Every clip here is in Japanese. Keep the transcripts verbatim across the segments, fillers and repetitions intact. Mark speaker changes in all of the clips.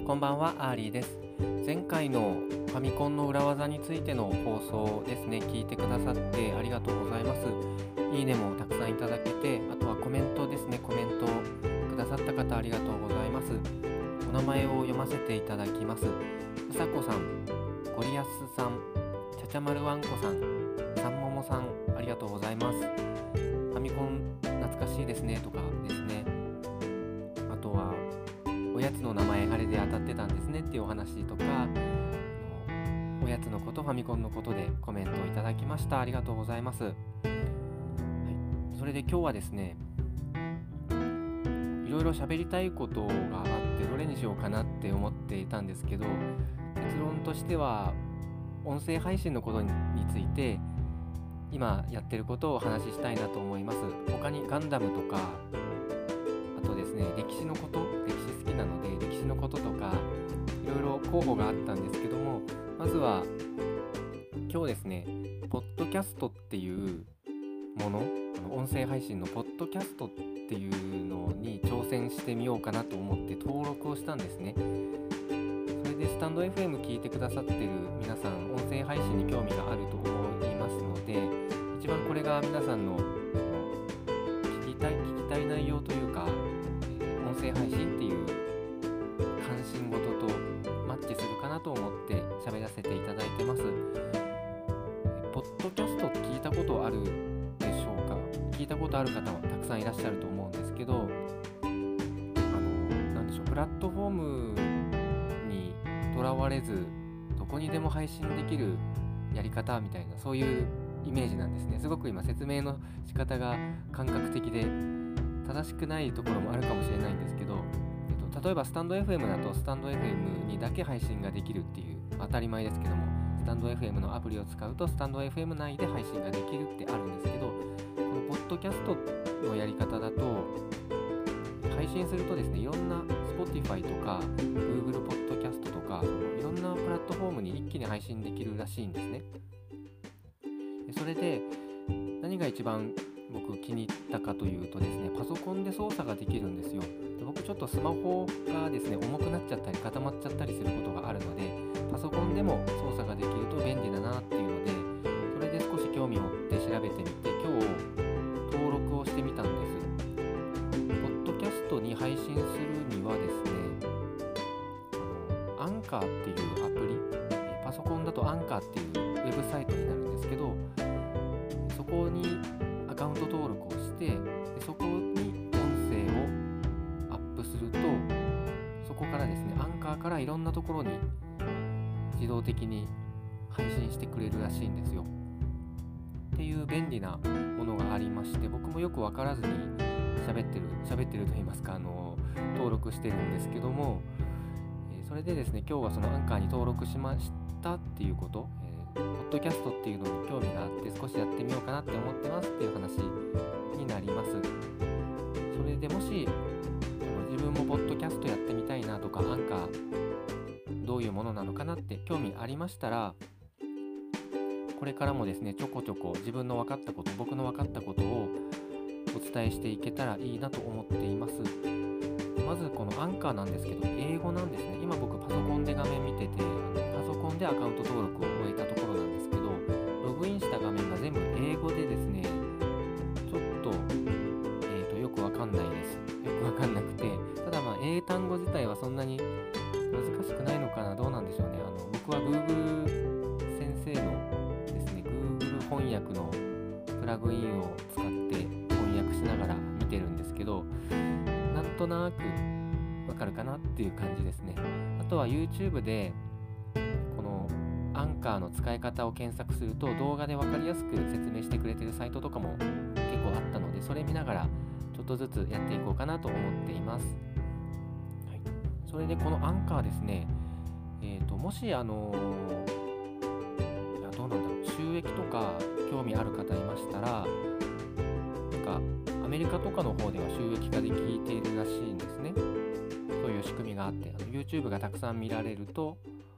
Speaker 1: こんばんは、アーリーです。前回のファミコンの裏技についての放送ですね、聞いてくださってありがとうございます。いいねもたくさんいただけて、あとはコメントですね、コメントくださった方ありがとうございます。お名前を読ませていただきます。うさこさん、ゴリアスさん、ちゃちゃまるわんこさん、さんももさん、ありがとうございます。ファミコン懐かしいですねとかですね、あとはおやつの名前あれで当たってたんですねっていうお話とか、あのおやつのことファミコンのことでコメントをいただきました。ありがとうございます。はい、それで今日はですね、いろいろ喋りたいことがあってどれにしようかなって思っていたんですけど、結論としては音声配信のことについて今やってることをお話ししたいなと思います。他にガンダムとか、あとですね、歴史のこと、歴史好きなので歴史のこととかいろいろ候補があったんですけども、まずは今日ですね、ポッドキャストっていうもの、あの音声配信のポッドキャストっていうのに挑戦してみようかなと思って登録をしたんですね。それでスタンド エフエム 聞いてくださってる皆さん、音声配信に興味があると思いますので、一番これが皆さんの聞きたい聞きたい内容というか、音声配信っていう関心事とマッチするかなと思って喋らせていただいてます。ポッドキャストって聞いたことあるでしょうか。聞いたことある方はたくさんいらっしゃると思うんですけど、あのなんでしょう、プラットフォームにとらわれずどこにでも配信できるやり方みたいな、そういうイメージなんですね。すごく今説明の仕方が感覚的で正しくないところもあるかもしれないんですけど、えっと、例えばスタンド エフエム だとスタンド エフエム にだけ配信ができるっていう、当たり前ですけども、スタンド エフエム のアプリを使うとスタンド エフエム 内で配信ができるってあるんですけど、このポッドキャストのやり方だと配信するとですね、いろんな Spotify とか Google ポッドキャストとか、いろんなプラットフォームに一気に配信できるらしいんですね。それで何が一番僕気に入ったかというとですね、パソコンで操作ができるんですよ。で、僕ちょっとスマホがですね重くなっちゃったり固まっちゃったりすることがあるので、パソコンでも操作ができると便利だなっていうので、それで少し興味を持って調べてみて今日登録をしてみたんです。ポッドキャストに配信するにはですね、あのアンカーっていうアプリ、パソコンだとアンカーっていうウェブサイトになるんですけど、そこにアカウント登録をして、でそこに音声をアップすると、そこからですね、アンカーからいろんなところに自動的に配信してくれるらしいんですよ。っていう便利なものがありまして、僕もよく分からずに喋ってる喋ってると言いますか、あの登録してるんですけども、えーそれでですね、今日はそのアンカーに登録しましたっていうこと、えーポッドキャストっていうのに興味があって少しやってみようかなって思ってますっていう話になります。それでもしあの自分もポッドキャストやってみたいなとか、アンカーどういうものなのかなって興味ありましたら、これからもですね、ちょこちょこ自分の分かったこと、僕の分かったことをお伝えしていけたらいいなと思っています。まずこのアンカーなんですけど、英語なんですね。今僕パソコンで画面見てて、パソコンでアカウント登録を終えたところなんですけど、ログインした画面が全部英語でですね、ちょっと、えーと、よくわかんないです。よくわかんなくて、ただまあ英単語自体はそんなに難しくないのかな、どうなんでしょうね。あの僕は Google 先生のですね、Google 翻訳のプラグインを使って翻訳しながら見てるんですけど、なんとなくわかるかなっていう感じですね。あとは YouTube でこのアンカーの使い方を検索すると動画でわかりやすく説明してくれてるサイトとかも結構あったので、それ見ながらちょっとずつやっていこうかなと思っています。はい、それでこのアンカーですね、えーと、もしあのいやどうなんだろう、収益とか興味ある方いましたら、なんかアメリカとかの方では収益化できているらしいんですね。そういう仕組みがあって、あの YouTube がたくさん見られると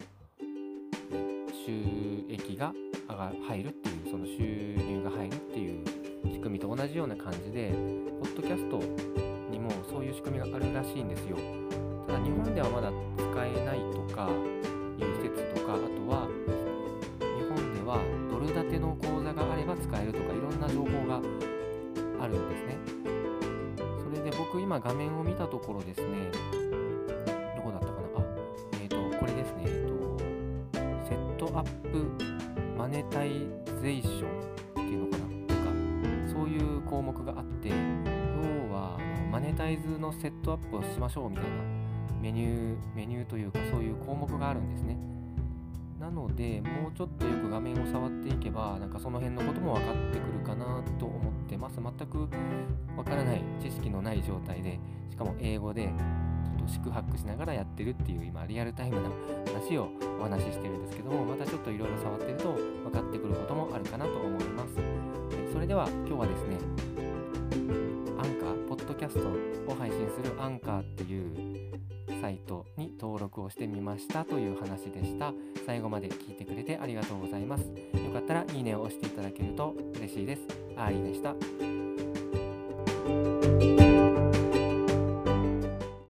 Speaker 1: 収益が上が入るっていう、その収入が入るっていう仕組みと同じような感じで、ポッドキャストにもそういう仕組みがあるらしいんですよ。 ただ日本ではまだ使えないとかいう説とか、あとは日本ではドル建ての口座があれば使えるとかいろんな情報があるんですね。それで僕今画面を見たところですね、どこだったかな、あ、えっ、とこれですね、えっ、とセットアップマネタイゼーションっていうのかな、なんかそういう項目があって、要はあのマネタイズのセットアップをしましょうみたいなメニューメニューというかそういう項目があるんですね。なのでもうちょっとよく画面を触っていけばなんかその辺のことも分かってくるかなと思ってます。全く分からない知識のない状態で、しかも英語でちょっと四苦八苦しながらやってるっていう今リアルタイムな話をお話ししてるんですけども、またちょっといろいろ触ってると分かってくることもあるかなと思います。それでは今日はですね、アンカーポッドキャストを配信するアンカーっていうサイトに登録をしてみましたという話でした。最後まで聞いてくれてありがとうございます。よかったらいいねを押していただけると嬉しいです。アーリーでした。